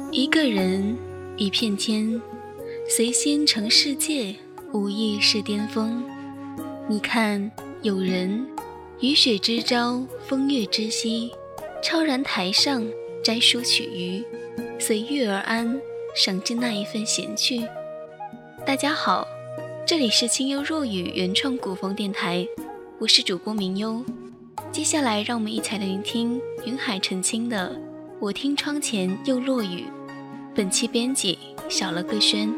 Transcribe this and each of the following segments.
一个人，一片天，随心成世界，无意是巅峰。你看，有人雨雪之朝，风月之夕，超然台上摘书取鱼，随遇而安，省尽那一份闲趣。大家好，这里是清幽若雨原创古风电台，我是主播明幽。接下来让我们一起来聆听云海澄清的《我听窗前又落雨》。本期编辑小了个轩。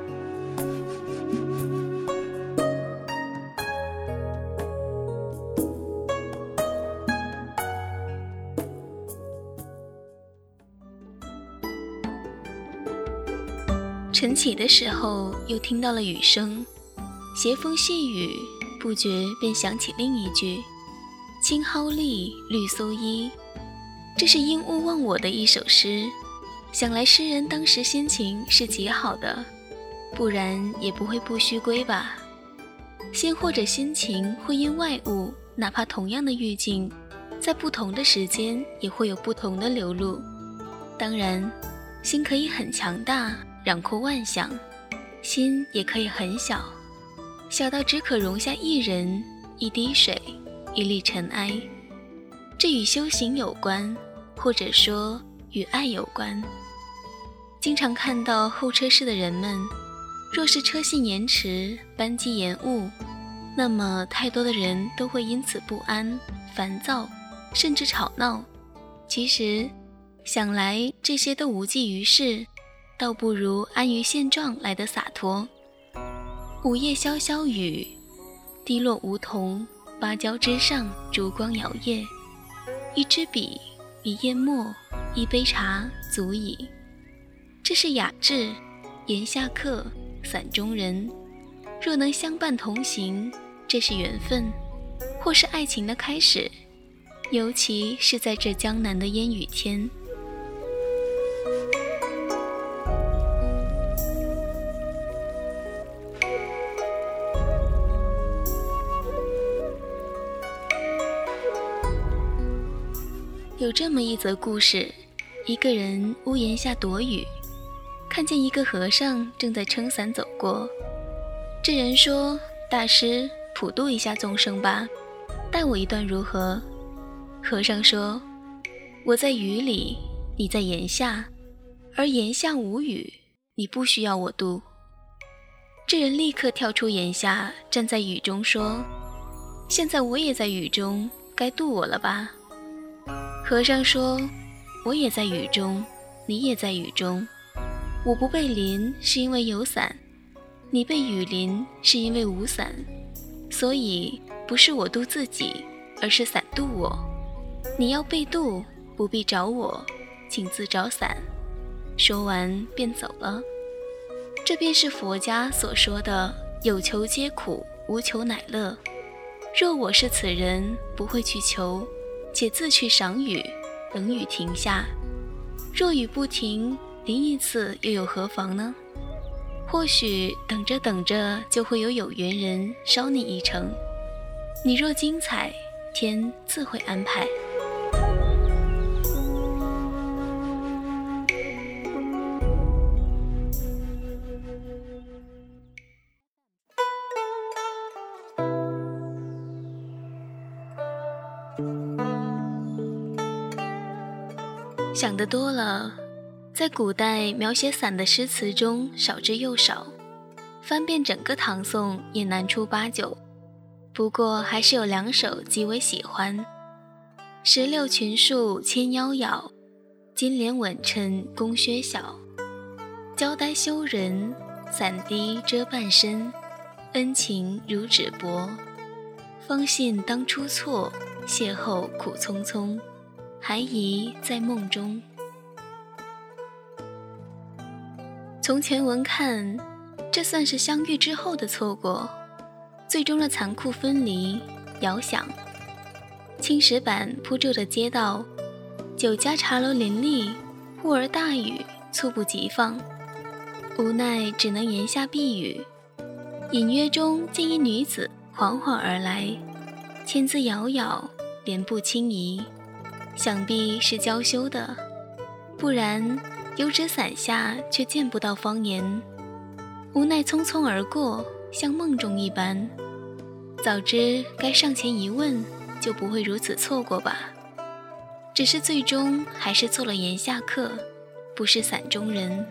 晨起的时候又听到了雨声，斜风细雨，不觉便想起另一句青蒿绿，绿蓑衣。这是因勿忘我的一首诗，想来诗人当时心情是极好的，不然也不会不须归吧。心或者心情会因外物，哪怕同样的语境，在不同的时间也会有不同的流露。当然，心可以很强大，攘阔万象，心也可以很小，小到只可容下一人、一滴水、一粒尘埃。这与修行有关，或者说与爱有关。经常看到候车室的人们，若是车信延迟、班机延误，那么太多的人都会因此不安、烦躁，甚至吵闹。其实想来这些都无济于事，倒不如安于现状来得洒脱。午夜潇潇雨，滴落梧桐，芭蕉之上，烛光摇曳。一支笔，一页墨，一杯茶，足矣。这是雅致，檐下客，伞中人。若能相伴同行，这是缘分，或是爱情的开始，尤其是在这江南的烟雨天。有这么一则故事，一个人屋檐下躲雨，看见一个和尚正在撑伞走过。这人说：大师，普度一下众生吧，带我一段如何？和尚说：我在雨里，你在檐下，而檐下无雨，你不需要我渡。这人立刻跳出檐下，站在雨中说：现在我也在雨中，该渡我了吧？和尚说：我也在雨中，你也在雨中，我不被淋是因为有伞，你被雨淋是因为无伞，所以不是我渡自己，而是伞渡我。你要被渡，不必找我，请自找伞。说完便走了。这便是佛家所说的有求皆苦，无求乃乐。若我是此人，不会去求，且自去赏雨，等雨停下。若雨不停，淋一次又有何妨呢？或许等着等着，就会有缘人捎你一程。你若精彩，天自会安排。想得多了，在古代描写伞的诗词中少之又少，翻遍整个唐宋也难出八九。不过还是有两首极为喜欢：石榴群树牵夭夭，金莲稳衬宫靴小。交代羞人，伞滴遮半身，恩情如纸薄。方信当初错，邂逅苦匆匆，还疑在梦中。从前文看，这算是相遇之后的错过，最终的残酷分离，遥想。青石板铺就着街道，酒家茶楼林立，忽而大雨，猝不及防，无奈只能檐下避雨。隐约中见一女子缓缓而来，千姿窈窕，莲步轻移，想必是娇羞的，不然油纸伞下却见不到方言，无奈匆匆而过，像梦中一般。早知该上前一问，就不会如此错过吧。只是最终还是做了檐下客，不是伞中人。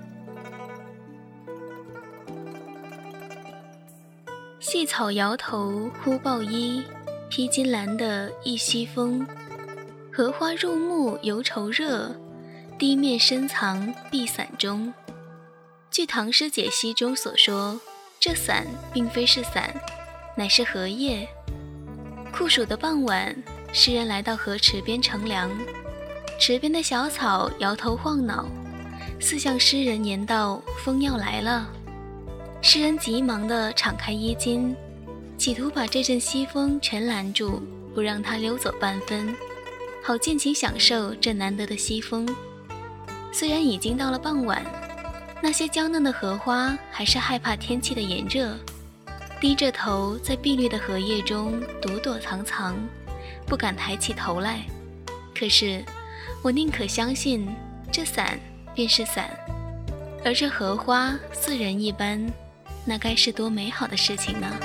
细草摇头忽抱衣，披金兰的一西风。荷花入目犹愁热，低面深藏碧伞中。据唐诗解析中所说，这伞并非是伞，乃是荷叶。酷暑的傍晚，诗人来到河池边乘凉，池边的小草摇头晃脑，似向诗人言道风要来了。诗人急忙地敞开衣襟，企图把这阵西风全拦住，不让它溜走半分，好尽情享受这难得的西风。虽然已经到了傍晚，那些娇嫩的荷花还是害怕天气的炎热，低着头在碧绿的荷叶中躲躲藏藏，不敢抬起头来。可是我宁可相信这伞便是伞，而这荷花似人一般，那该是多美好的事情呢？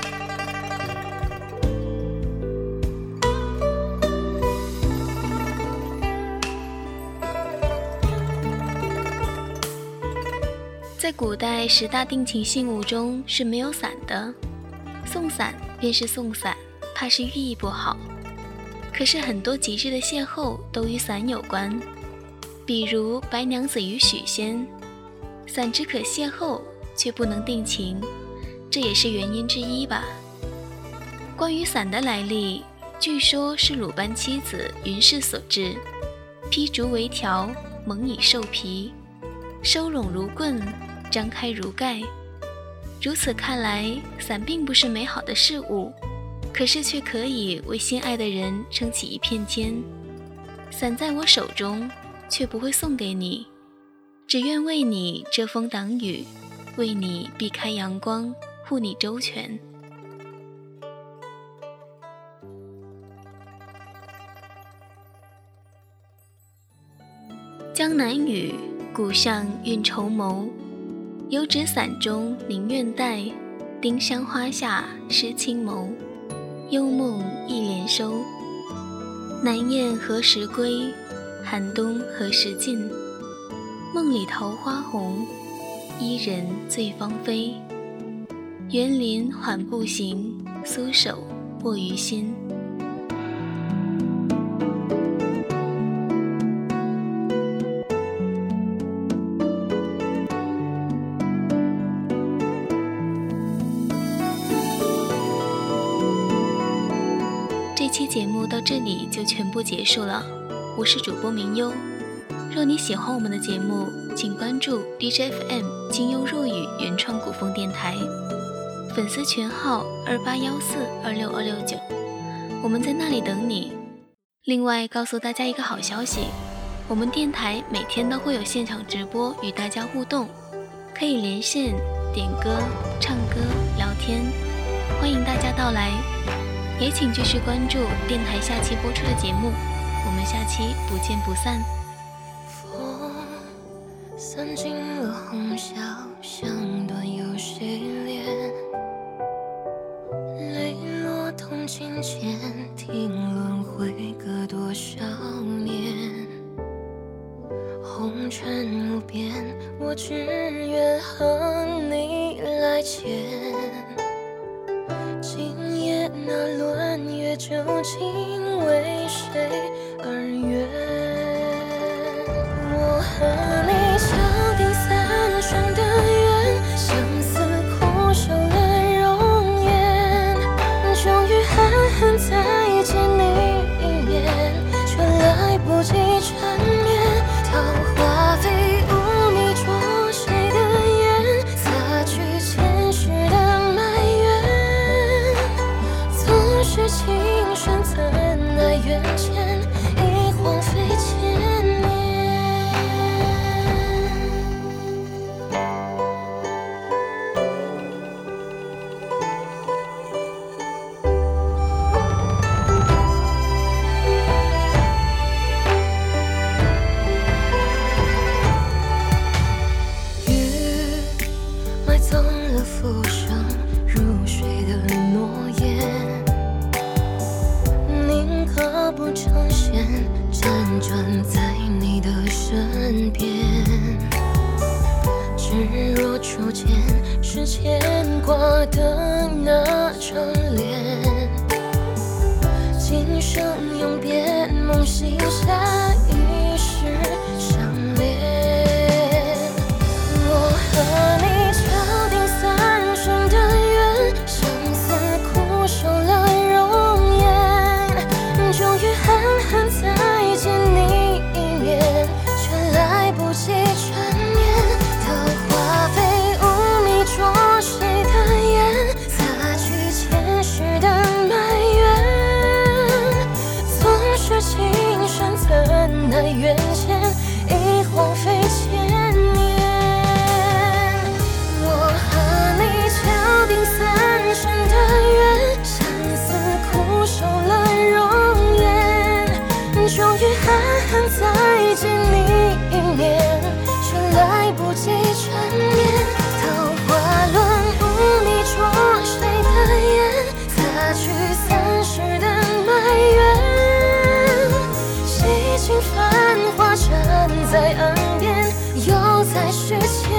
在古代10大定情信物中是没有伞的，送伞便是送伞，怕是寓意不好。可是很多极致的邂逅都与伞有关，比如白娘子与许仙，伞只可邂逅，却不能定情，这也是原因之一吧。关于伞的来历，据说是鲁班妻子云氏所制，劈竹为条，蒙以兽皮，收拢如棍，张开如盖。如此看来，伞并不是美好的事物，可是却可以为心爱的人撑起一片天。伞在我手中，却不会送给你，只愿为你遮风挡雨，为你避开阳光，护你周全。江南雨，古上运绸缪。油纸伞中宁愿待，丁香花下湿青眸。幽梦一帘收，南雁何时归？寒冬何时尽？梦里桃花红，伊人醉芳菲。园林缓步行，苏手握于心。这期节目到这里就全部结束了，我是主播明优。若你喜欢我们的节目，请关注 DJFM 金优若雨原创古风电台，粉丝群号2814262669，我们在那里等你。另外告诉大家一个好消息，我们电台每天都会有现场直播与大家互动，可以连线点歌、唱歌、聊天，欢迎大家到来。也请继续关注电台下期播出的节目，我们下期不见不散。 风散尽了红消香断有谁怜？泪落铜镜前，听轮回隔多少年？红尘无边，我只愿和你来牵。今夜那轮月究竟为谁而圆？我和你敲定三生的缘，相思苦守了容颜，终于狠狠再见你一面，却来不及缠绵。桃花飞舞，你捉谁的眼？擦去前世的埋怨。是情深怎奈缘浅？ 我的那张脸，今生永别梦醒下一世相恋。我和你敲定三生的缘，相思苦守了容颜，终于狠狠再见你一面，却来不及转念。桃花飞舞迷着谁的眼，擦去前世的埋怨。总是情深怎奈缘浅，已荒废千年。我和你敲定三生的缘，相思苦守了容颜，终于狠狠再见你一面，却来不及转念。桃花轮舞迷着谁的眼，擦去三世的埋怨。洗尽繁华站在岸边，又再续前